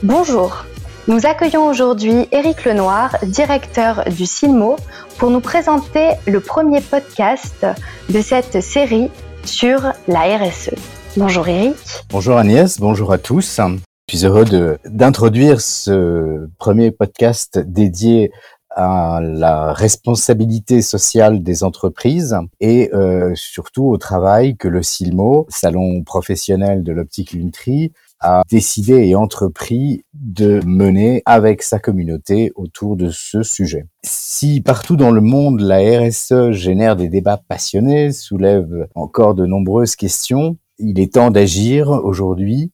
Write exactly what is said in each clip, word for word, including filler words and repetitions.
Bonjour, nous accueillons aujourd'hui Éric Lenoir, directeur du CILMO, pour nous présenter le premier podcast de cette série sur la R S E. Bonjour Éric. Bonjour Agnès, bonjour à tous. Je suis heureux de, d'introduire ce premier podcast dédié à la responsabilité sociale des entreprises et euh, surtout au travail que le CILMO, Salon professionnel de l'optique lunetterie, a décidé et entrepris de mener avec sa communauté autour de ce sujet. Si partout dans le monde, la R S E génère des débats passionnés, soulève encore de nombreuses questions, il est temps d'agir aujourd'hui.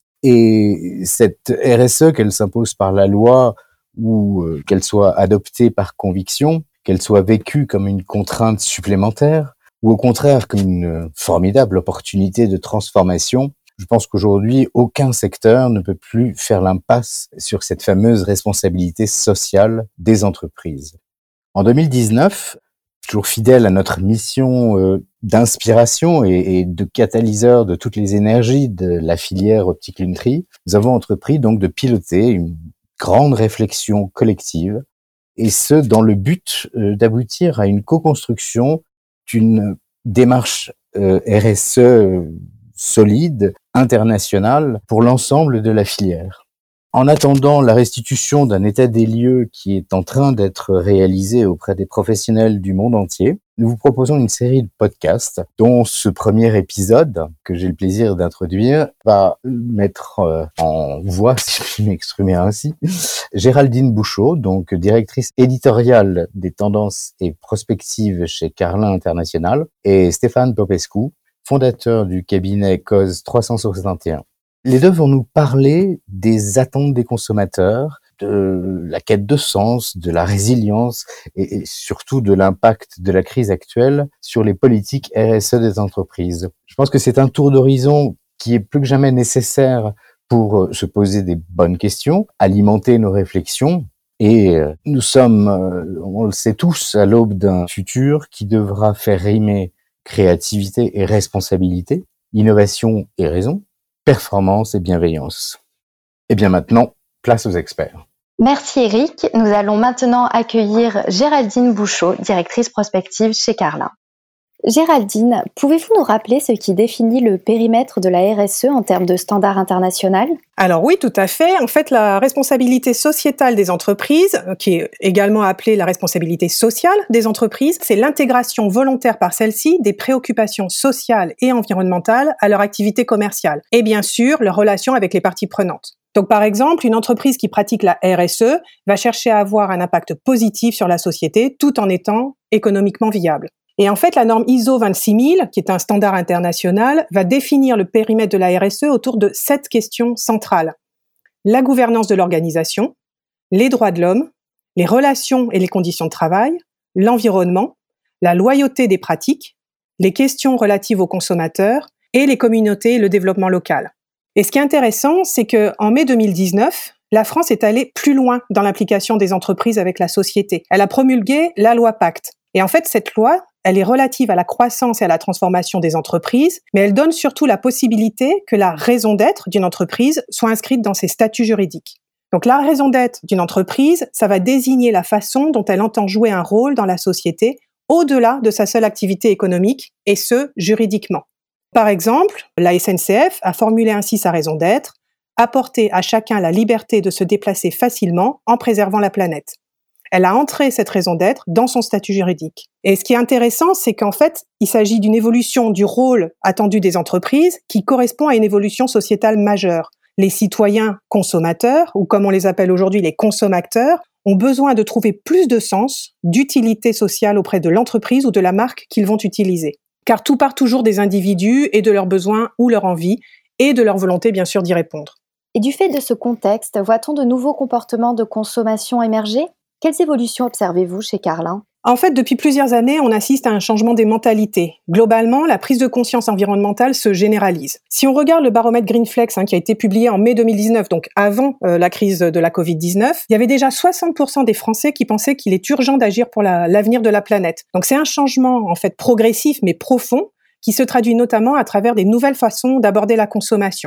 Et cette R S E, qu'elle s'impose par la loi ou euh, qu'elle soit adoptée par conviction, qu'elle soit vécue comme une contrainte supplémentaire ou au contraire comme une formidable opportunité de transformation, je pense qu'aujourd'hui, aucun secteur ne peut plus faire l'impasse sur cette fameuse responsabilité sociale des entreprises. En deux mille dix-neuf, toujours fidèle à notre mission euh, d'inspiration et, et de catalyseur de toutes les énergies de la filière optique lunetterie, nous avons entrepris donc de piloter une grande réflexion collective, et ce, dans le but euh, d'aboutir à une co-construction d'une démarche euh, R S E solide, internationale, pour l'ensemble de la filière. En attendant la restitution d'un état des lieux qui est en train d'être réalisé auprès des professionnels du monde entier, nous vous proposons une série de podcasts dont ce premier épisode, que j'ai le plaisir d'introduire, va mettre en voix, si je puis m'exprimer ainsi, Géraldine Bouchot, donc directrice éditoriale des tendances et prospectives chez Carlin International, et Stéphane Popescu, fondateur du cabinet Cause trois cent soixante et un. Les deux vont nous parler des attentes des consommateurs, de la quête de sens, de la résilience et, et surtout de l'impact de la crise actuelle sur les politiques R S E des entreprises. Je pense que c'est un tour d'horizon qui est plus que jamais nécessaire pour se poser des bonnes questions, alimenter nos réflexions. Et nous sommes, on le sait tous, à l'aube d'un futur qui devra faire rimer créativité et responsabilité, innovation et raison, performance et bienveillance. Et bien maintenant, place aux experts. Merci Éric. Nous allons maintenant accueillir Géraldine Bouchot, directrice prospective chez Carlin. Géraldine, pouvez-vous nous rappeler ce qui définit le périmètre de la R S E en termes de standard international ? Alors oui, tout à fait. En fait, la responsabilité sociétale des entreprises, qui est également appelée la responsabilité sociale des entreprises, c'est l'intégration volontaire par celles-ci des préoccupations sociales et environnementales à leur activité commerciale. Et bien sûr, leur relation avec les parties prenantes. Donc par exemple, une entreprise qui pratique la R S E va chercher à avoir un impact positif sur la société tout en étant économiquement viable. Et en fait, la norme I S O vingt-six mille, qui est un standard international, va définir le périmètre de la R S E autour de sept questions centrales. La gouvernance de l'organisation, les droits de l'homme, les relations et les conditions de travail, l'environnement, la loyauté des pratiques, les questions relatives aux consommateurs et les communautés et le développement local. Et ce qui est intéressant, c'est qu'en mai deux mille dix-neuf, la France est allée plus loin dans l'implication des entreprises avec la société. Elle a promulgué la loi Pacte. Et en fait, cette loi, elle est relative à la croissance et à la transformation des entreprises, mais elle donne surtout la possibilité que la raison d'être d'une entreprise soit inscrite dans ses statuts juridiques. Donc la raison d'être d'une entreprise, ça va désigner la façon dont elle entend jouer un rôle dans la société, au-delà de sa seule activité économique, et ce, juridiquement. Par exemple, la S N C F a formulé ainsi sa raison d'être, apporter à chacun la liberté de se déplacer facilement en préservant la planète. Elle a entré cette raison d'être dans son statut juridique. Et ce qui est intéressant, c'est qu'en fait, il s'agit d'une évolution du rôle attendu des entreprises qui correspond à une évolution sociétale majeure. Les citoyens consommateurs, ou comme on les appelle aujourd'hui les consommateurs, ont besoin de trouver plus de sens, d'utilité sociale auprès de l'entreprise ou de la marque qu'ils vont utiliser. Car tout part toujours des individus et de leurs besoins ou leur envie, et de leur volonté bien sûr d'y répondre. Et du fait de ce contexte, voit-on de nouveaux comportements de consommation émerger ? Quelles évolutions observez-vous chez Carlin ? En fait, depuis plusieurs années, on assiste à un changement des mentalités. Globalement, la prise de conscience environnementale se généralise. Si on regarde le baromètre Greenflex, hein, qui a été publié en mai deux mille dix-neuf, donc avant euh, la crise de la covid dix-neuf, il y avait déjà soixante pour cent des Français qui pensaient qu'il est urgent d'agir pour la, l'avenir de la planète. Donc c'est un changement en fait progressif mais profond qui se traduit notamment à travers des nouvelles façons d'aborder la consommation.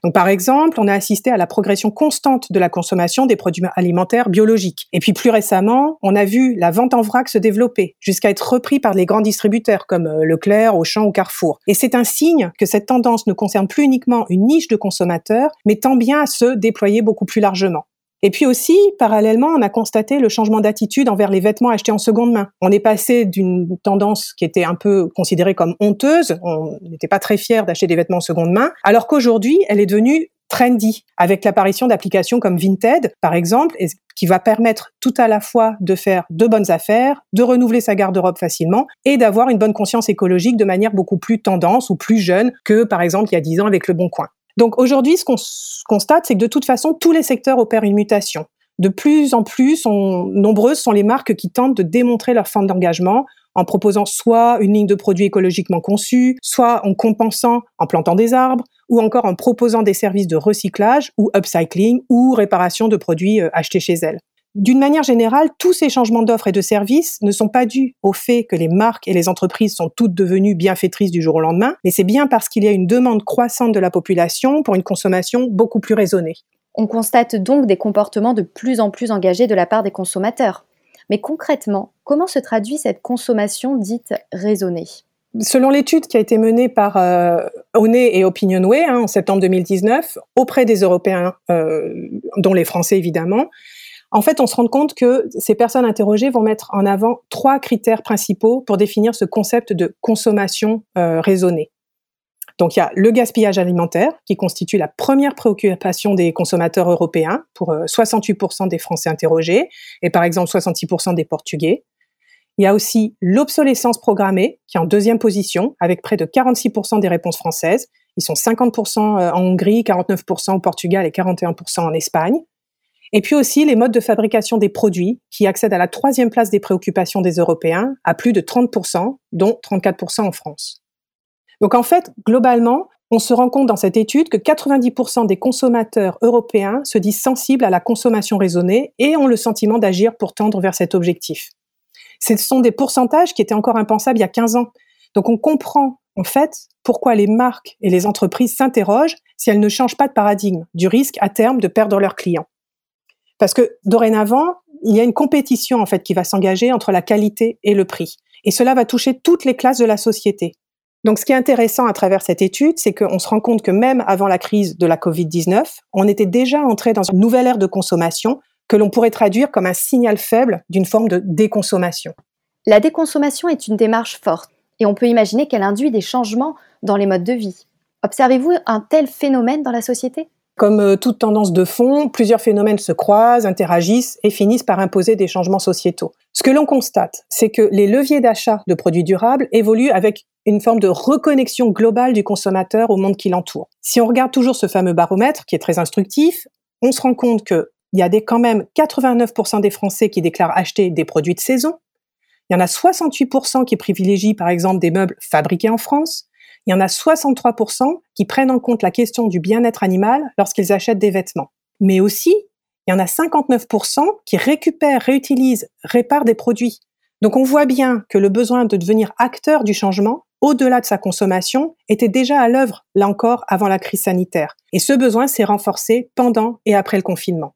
Donc, par exemple, on a assisté à la progression constante de la consommation des produits alimentaires biologiques. Et puis, plus récemment, on a vu la vente en vrac se développer, jusqu'à être repris par les grands distributeurs comme Leclerc, Auchan ou Carrefour. Et c'est un signe que cette tendance ne concerne plus uniquement une niche de consommateurs, mais tend bien à se déployer beaucoup plus largement. Et puis aussi, parallèlement, on a constaté le changement d'attitude envers les vêtements achetés en seconde main. On est passé d'une tendance qui était un peu considérée comme honteuse, on n'était pas très fiers d'acheter des vêtements en seconde main, alors qu'aujourd'hui, elle est devenue trendy, avec l'apparition d'applications comme Vinted, par exemple, qui va permettre tout à la fois de faire de bonnes affaires, de renouveler sa garde-robe facilement et d'avoir une bonne conscience écologique de manière beaucoup plus tendance ou plus jeune que, par exemple, il y a dix ans avec Le Bon Coin. Donc aujourd'hui, ce qu'on constate, c'est que de toute façon, tous les secteurs opèrent une mutation. De plus en plus, on, nombreuses sont les marques qui tentent de démontrer leur forme d'engagement en proposant soit une ligne de produits écologiquement conçus, soit en compensant en plantant des arbres, ou encore en proposant des services de recyclage ou upcycling ou réparation de produits achetés chez elles. D'une manière générale, tous ces changements d'offres et de services ne sont pas dus au fait que les marques et les entreprises sont toutes devenues bienfaitrices du jour au lendemain, mais c'est bien parce qu'il y a une demande croissante de la population pour une consommation beaucoup plus raisonnée. On constate donc des comportements de plus en plus engagés de la part des consommateurs. Mais concrètement, comment se traduit cette consommation dite raisonnée ? Selon l'étude qui a été menée par euh, O N E et Opinionway hein, en septembre deux mille dix-neuf, auprès des Européens, euh, dont les Français évidemment, en fait, on se rend compte que ces personnes interrogées vont mettre en avant trois critères principaux pour définir ce concept de consommation euh, raisonnée. Donc, il y a le gaspillage alimentaire, qui constitue la première préoccupation des consommateurs européens, pour euh, soixante-huit pour cent des Français interrogés, et par exemple soixante-six pour cent des Portugais. Il y a aussi l'obsolescence programmée, qui est en deuxième position, avec près de quarante-six pour cent des réponses françaises. Ils sont cinquante pour cent en Hongrie, quarante-neuf pour cent au Portugal et quarante et un pour cent en Espagne. Et puis aussi les modes de fabrication des produits, qui accèdent à la troisième place des préoccupations des Européens, à plus de trente pour cent, dont trente-quatre pour cent en France. Donc en fait, globalement, on se rend compte dans cette étude que quatre-vingt-dix pour cent des consommateurs européens se disent sensibles à la consommation raisonnée et ont le sentiment d'agir pour tendre vers cet objectif. Ce sont des pourcentages qui étaient encore impensables il y a quinze ans. Donc on comprend en fait pourquoi les marques et les entreprises s'interrogent si elles ne changent pas de paradigme, du risque à terme de perdre leurs clients. Parce que dorénavant, il y a une compétition en fait qui va s'engager entre la qualité et le prix. Et cela va toucher toutes les classes de la société. Donc ce qui est intéressant à travers cette étude, c'est qu'on se rend compte que même avant la crise de la covid dix-neuf, on était déjà entré dans une nouvelle ère de consommation que l'on pourrait traduire comme un signal faible d'une forme de déconsommation. La déconsommation est une démarche forte et on peut imaginer qu'elle induit des changements dans les modes de vie. Observez-vous un tel phénomène dans la société ? Comme toute tendance de fond, plusieurs phénomènes se croisent, interagissent et finissent par imposer des changements sociétaux. Ce que l'on constate, c'est que les leviers d'achat de produits durables évoluent avec une forme de reconnexion globale du consommateur au monde qui l'entoure. Si on regarde toujours ce fameux baromètre, qui est très instructif, on se rend compte qu'il y a des, quand même quatre-vingt-neuf pour cent des Français qui déclarent acheter des produits de saison. Il y en a soixante-huit pour cent qui privilégient par exemple des meubles fabriqués en France. Il y en a soixante-trois pour cent qui prennent en compte la question du bien-être animal lorsqu'ils achètent des vêtements. Mais aussi, il y en a cinquante-neuf pour cent qui récupèrent, réutilisent, réparent des produits. Donc on voit bien que le besoin de devenir acteur du changement, au-delà de sa consommation, était déjà à l'œuvre, là encore, avant la crise sanitaire. Et ce besoin s'est renforcé pendant et après le confinement.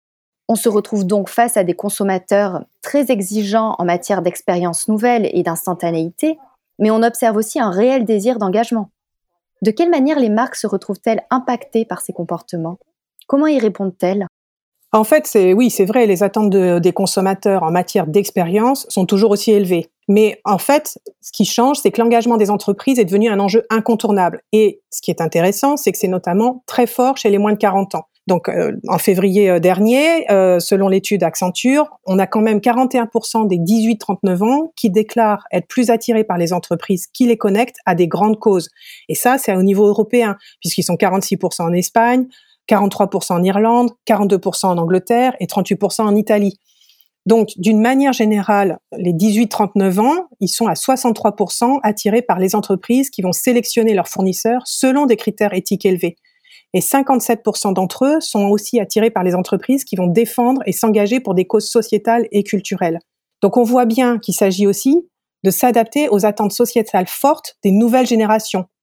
On se retrouve donc face à des consommateurs très exigeants en matière d'expériences nouvelles et d'instantanéité, mais on observe aussi un réel désir d'engagement. De quelle manière les marques se retrouvent-elles impactées par ces comportements ? Comment y répondent-elles ? En fait, c'est, oui, c'est vrai, les attentes de, des consommateurs en matière d'expérience sont toujours aussi élevées. Mais en fait, ce qui change, c'est que l'engagement des entreprises est devenu un enjeu incontournable. Et ce qui est intéressant, c'est que c'est notamment très fort chez les moins de quarante ans. Donc, euh, en février dernier, euh, selon l'étude Accenture, on a quand même quarante et un pour cent des dix-huit trente-neuf ans qui déclarent être plus attirés par les entreprises qui les connectent à des grandes causes. Et ça, c'est au niveau européen, puisqu'ils sont quarante-six pour cent en Espagne, quarante-trois pour cent en Irlande, quarante-deux pour cent en Angleterre et trente-huit pour cent en Italie. Donc, d'une manière générale, les dix-huit trente-neuf ans, ils sont à soixante-trois pour cent attirés par les entreprises qui vont sélectionner leurs fournisseurs selon des critères éthiques élevés. Et cinquante-sept pour cent d'entre eux sont aussi attirés par les entreprises qui vont défendre et s'engager pour des causes sociétales et culturelles. Donc on voit bien qu'il s'agit aussi de s'adapter aux attentes sociétales fortes des nouvelles générations.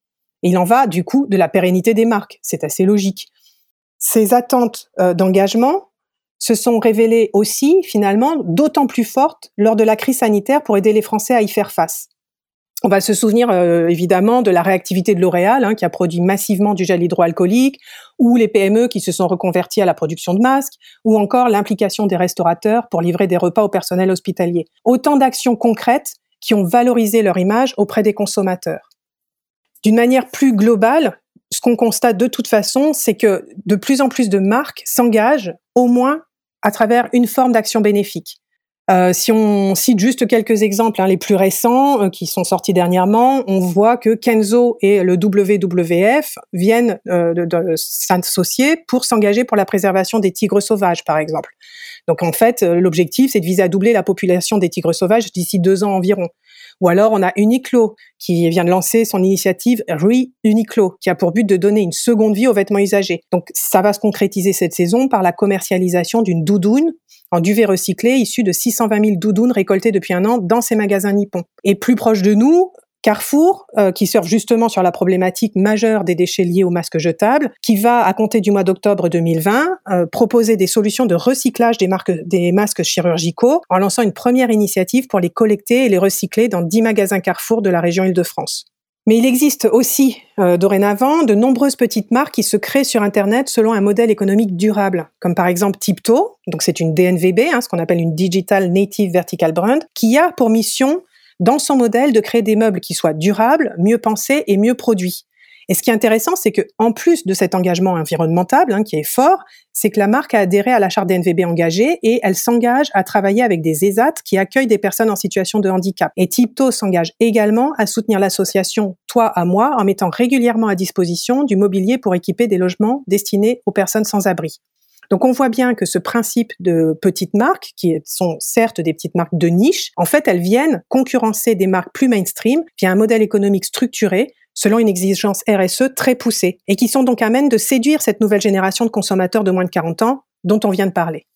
Et il en va du coup de la pérennité des marques, c'est assez logique. Ces attentes euh, d'engagement se sont révélées aussi finalement d'autant plus fortes lors de la crise sanitaire pour aider les Français à y faire face. On va se souvenir euh, évidemment de la réactivité de L'Oréal, hein, qui a produit massivement du gel hydroalcoolique, ou les P M E qui se sont reconvertis à la production de masques, ou encore l'implication des restaurateurs pour livrer des repas au personnel hospitalier. Autant d'actions concrètes qui ont valorisé leur image auprès des consommateurs. D'une manière plus globale, ce qu'on constate de toute façon, c'est que de plus en plus de marques s'engagent au moins à travers une forme d'action bénéfique. Euh, si on cite juste quelques exemples, hein, les plus récents euh, qui sont sortis dernièrement, on voit que Kenzo et le W W F viennent euh, de, de s'associer pour s'engager pour la préservation des tigres sauvages, par exemple. Donc en fait, euh, l'objectif, c'est de viser à doubler la population des tigres sauvages d'ici deux ans environ. Ou alors, on a Uniqlo qui vient de lancer son initiative Re-Uniqlo, qui a pour but de donner une seconde vie aux vêtements usagés. Donc, ça va se concrétiser cette saison par la commercialisation d'une doudoune en duvet recyclé issu de six cent vingt mille doudounes récoltées depuis un an dans ces magasins nippons. Et plus proche de nous, Carrefour, euh, qui surfe justement sur la problématique majeure des déchets liés aux masques jetables, qui va, à compter du mois d'octobre deux mille vingt, euh, proposer des solutions de recyclage des, marques, des masques chirurgicaux en lançant une première initiative pour les collecter et les recycler dans dix magasins Carrefour de la région Île-de-France. Mais il existe aussi, euh, dorénavant, de nombreuses petites marques qui se créent sur Internet selon un modèle économique durable, comme par exemple Tipto, donc c'est une D N V B, hein, ce qu'on appelle une Digital Native Vertical Brand, qui a pour mission dans son modèle de créer des meubles qui soient durables, mieux pensés et mieux produits. Et ce qui est intéressant, c'est que en plus de cet engagement environnemental, hein, qui est fort, c'est que la marque a adhéré à la charte D N V B engagée et elle s'engage à travailler avec des E S A T qui accueillent des personnes en situation de handicap. Et Tipto s'engage également à soutenir l'association Toi à moi en mettant régulièrement à disposition du mobilier pour équiper des logements destinés aux personnes sans abri. Donc on voit bien que ce principe de petites marques, qui sont certes des petites marques de niche, en fait elles viennent concurrencer des marques plus mainstream via un modèle économique structuré selon une exigence R S E très poussée et qui sont donc à même de séduire cette nouvelle génération de consommateurs de moins de quarante ans dont on vient de parler.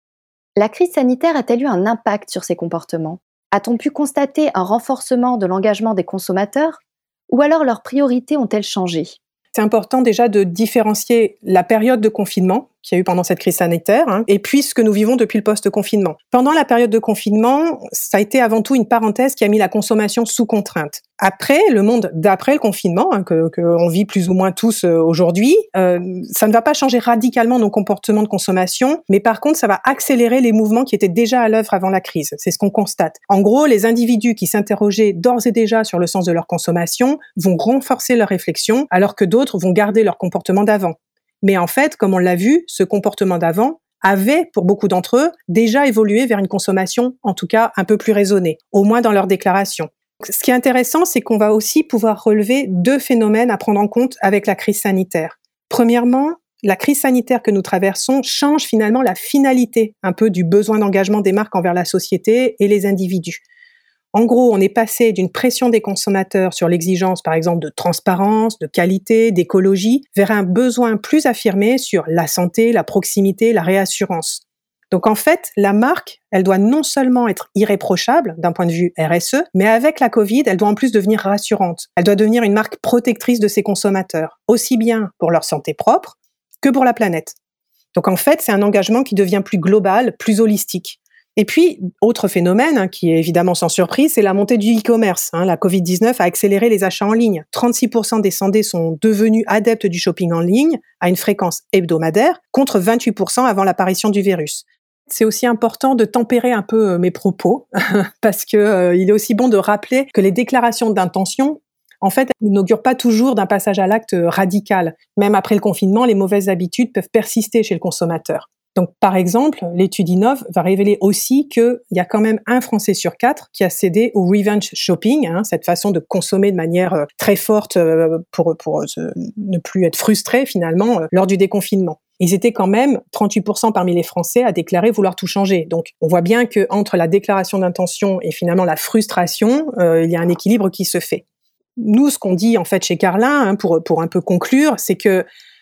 La crise sanitaire a-t-elle eu un impact sur ces comportements ? A-t-on pu constater un renforcement de l'engagement des consommateurs ? Ou alors leurs priorités ont-elles changé ? C'est important déjà de différencier la période de confinement qu'il y a eu pendant cette crise sanitaire, hein, et puis ce que nous vivons depuis le post-confinement. Pendant la période de confinement, ça a été avant tout une parenthèse qui a mis la consommation sous contrainte. Après, le monde d'après le confinement, hein, que, que on vit plus ou moins tous euh, aujourd'hui, euh, ça ne va pas changer radicalement nos comportements de consommation, mais par contre, ça va accélérer les mouvements qui étaient déjà à l'œuvre avant la crise. C'est ce qu'on constate. En gros, les individus qui s'interrogeaient d'ores et déjà sur le sens de leur consommation vont renforcer leur réflexion, alors que d'autres vont garder leur comportement d'avant. Mais en fait, comme on l'a vu, ce comportement d'avant avait, pour beaucoup d'entre eux, déjà évolué vers une consommation, en tout cas, un peu plus raisonnée, au moins dans leurs déclarations. Ce qui est intéressant, c'est qu'on va aussi pouvoir relever deux phénomènes à prendre en compte avec la crise sanitaire. Premièrement, la crise sanitaire que nous traversons change finalement la finalité un peu du besoin d'engagement des marques envers la société et les individus. En gros, on est passé d'une pression des consommateurs sur l'exigence, par exemple, de transparence, de qualité, d'écologie, vers un besoin plus affirmé sur la santé, la proximité, la réassurance. Donc en fait, la marque, elle doit non seulement être irréprochable d'un point de vue R S E, mais avec la Covid, elle doit en plus devenir rassurante. Elle doit devenir une marque protectrice de ses consommateurs, aussi bien pour leur santé propre que pour la planète. Donc en fait, c'est un engagement qui devient plus global, plus holistique. Et puis, autre phénomène, hein, qui est évidemment sans surprise, c'est la montée du e-commerce. Hein. La covid dix-neuf a accéléré les achats en ligne. trente-six pour cent des sondés sont devenus adeptes du shopping en ligne à une fréquence hebdomadaire, contre vingt-huit pour cent avant l'apparition du virus. C'est aussi important de tempérer un peu mes propos, parce que euh, il est aussi bon de rappeler que les déclarations d'intention, en fait, n'augurent pas toujours d'un passage à l'acte radical. Même après le confinement, les mauvaises habitudes peuvent persister chez le consommateur. Donc, par exemple, l'étude Innov va révéler aussi qu'il y a quand même un Français sur quatre qui a cédé au revenge shopping, hein, cette façon de consommer de manière euh, très forte euh, pour, pour euh, ne plus être frustré finalement euh, lors du déconfinement. Ils étaient quand même trente-huit pour cent parmi les Français à déclarer vouloir tout changer. Donc, on voit bien que entre la déclaration d'intention et finalement la frustration, euh, il y a un équilibre qui se fait. Nous, ce qu'on dit en fait chez Carlin, hein, pour pour un peu conclure, c'est que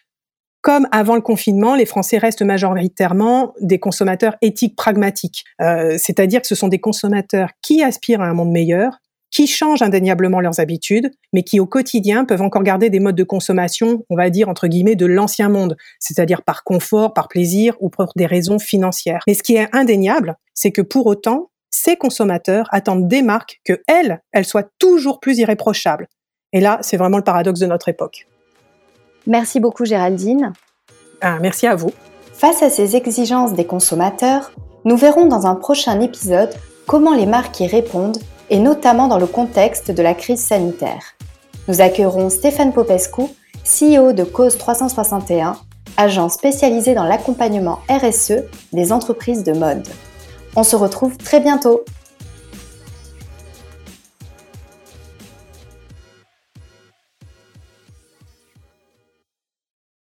comme avant le confinement, les Français restent majoritairement des consommateurs éthiques pragmatiques. Euh, c'est-à-dire que ce sont des consommateurs qui aspirent à un monde meilleur, qui changent indéniablement leurs habitudes, mais qui au quotidien peuvent encore garder des modes de consommation, on va dire entre guillemets, de l'ancien monde, c'est-à-dire par confort, par plaisir ou pour des raisons financières. Mais ce qui est indéniable, c'est que pour autant, ces consommateurs attendent des marques que elles, elles soient toujours plus irréprochables. Et là, c'est vraiment le paradoxe de notre époque. Merci beaucoup Géraldine. Ah, merci à vous. Face à ces exigences des consommateurs, nous verrons dans un prochain épisode comment les marques y répondent, et notamment dans le contexte de la crise sanitaire. Nous accueillerons Stéphane Popescu, C E O de Cause trois cent soixante et un, agence spécialisée dans l'accompagnement R S E des entreprises de mode. On se retrouve très bientôt.